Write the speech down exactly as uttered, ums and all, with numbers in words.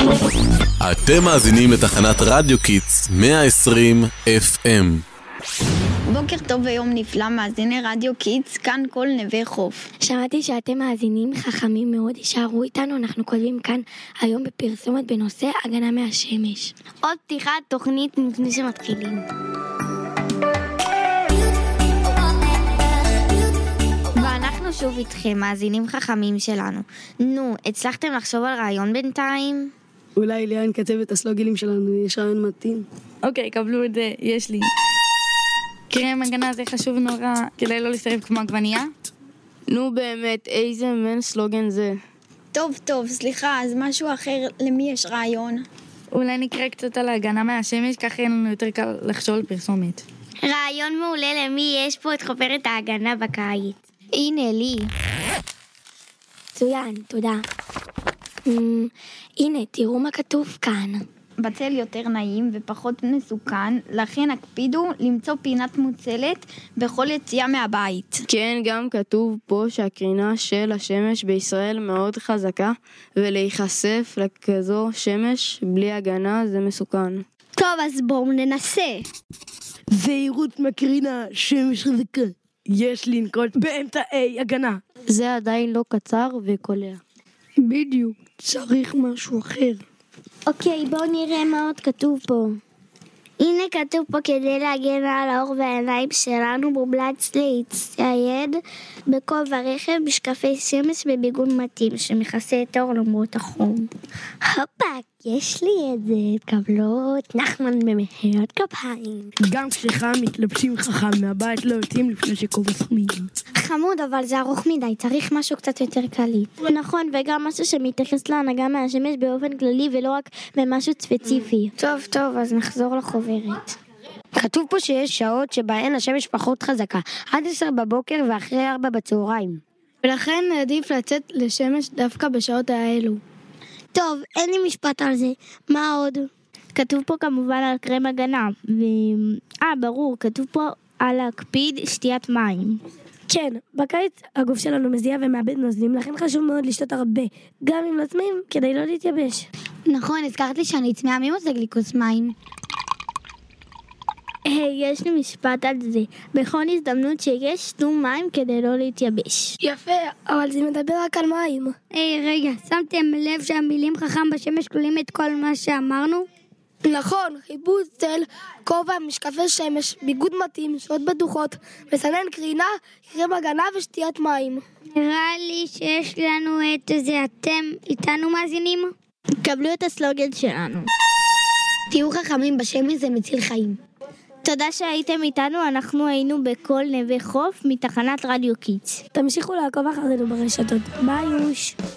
אתם מאזינים לתחנת רדיו קיטס מאה ועשרים אף אם. בוקר טוב ויום נפלא, מאזיני רדיו קיטס, כאן כל נווה חוף. שמעתי שאתם מאזינים חכמים מאוד, יישארו איתנו, אנחנו כותבים כאן היום בפרסומת בנושא הגנה מהשמש. עוד פתיחת תוכנית לפני שמתחילים. ואנחנו שוב איתכם, מאזינים חכמים שלנו. נו, הצלחתם לחשוב על רעיון בינתיים? אולי ליאן כתב את הסלוגלים שלנו, יש רעיון מתאים. אוקיי, קבלו את זה, יש לי. קרם הגנה זה חשוב נורא, כדי לא להסתרב כמו עגבנייה? נו באמת, איזה מן סלוגן זה? טוב, טוב, סליחה, אז משהו אחר, למי יש רעיון? אולי נקרא קצת על ההגנה מהשמש, ככה יהיה לנו יותר קל לחשוב על פרסומת. רעיון מעולה, למי יש פה את חופרת ההגנה בקיץ? הנה, לי. מצוין, תודה. Mm, הנה, תראו מה כתוב כאן. בצל יותר נעים ופחות מסוכן, לכן הקפידו למצוא פינת מוצלת בכל יציאה מהבית. כן, גם כתוב פה שהקרינה של השמש בישראל מאוד חזקה, ולהיחשף לכזו שמש בלי הגנה זה מסוכן. טוב, אז בואו ננסה. זהירות מקרינה, שמש חזקה. יש לנקוט באמצעי הגנה. זה עדיין לא קצר וקולע. בדיוק, צריך משהו אחר. אוקיי, בואו נראה מה עוד כתוב פה. הנה כתוב פה כדי להגן על האור והעיניים שלנו מומלץ להצטייד בכובע רכב משקפי שמש במיגון מתאים שמכסה את האור למרות החום. הופה, יש לי את זה, קבלות נחמן במחיאות כפיים. גם כשחם מתלבשים חכם מהבית, לא יוצאים לפני שקובע סמים. חמוד, אבל זה ארוך מדי, צריך משהו קצת יותר קליט. נכון, וגם משהו שמתייחס להנהגה מהשמש באופן כללי ולא רק במשהו ספציפי. טוב, טוב, אז נחזור לחוברת. כתוב פה שיש שעות שבהן השמש פחות חזקה, עד עשר בבוקר ואחרי ארבע בצהריים. ולכן עדיף לצאת לשמש דווקא בשעות האלו. טוב, אין לי משפט על זה. מה עוד? כתוב פה כמובן על קרם הגנה. ו... אה, ברור, כתוב פה על להקפיד שתיית מים. כן, בקיץ הגוף שלנו מזיע ומאבד נוזלים, לכן חשוב מאוד לשתות הרבה, גם אם לא צמאים, כדי לא להתייבש. נכון, הזכרת לי שאני צמאה, מי מוזג לי כוס מים? היי, יש לי משפט על זה. בכל הזדמנות שיש, שתו מים כדי לא להתייבש. יפה, אבל זה מדבר רק על מים. היי, רגע, שמתם לב שהמילים חכם בשמש כלולים את כל מה שאמרנו? נכון, חיבוש צל, כובע, משקפי שמש, ביגוד מתאים, שעות בטוחות, מסנן קרינה, קרם הגנה ושתיית מים. נראה לי שיש לנו את זה. אתם איתנו מאזינים? קבלו את הסלוגן שלנו. תהיו חכמים, בשמש זה מציל חיים. תודה שהייתם איתנו, אנחנו היינו בכל נווה חוף מתחנת רדיו קיטס. תמשיכו לעקוב אחרינו ברשתות. ביי יוש.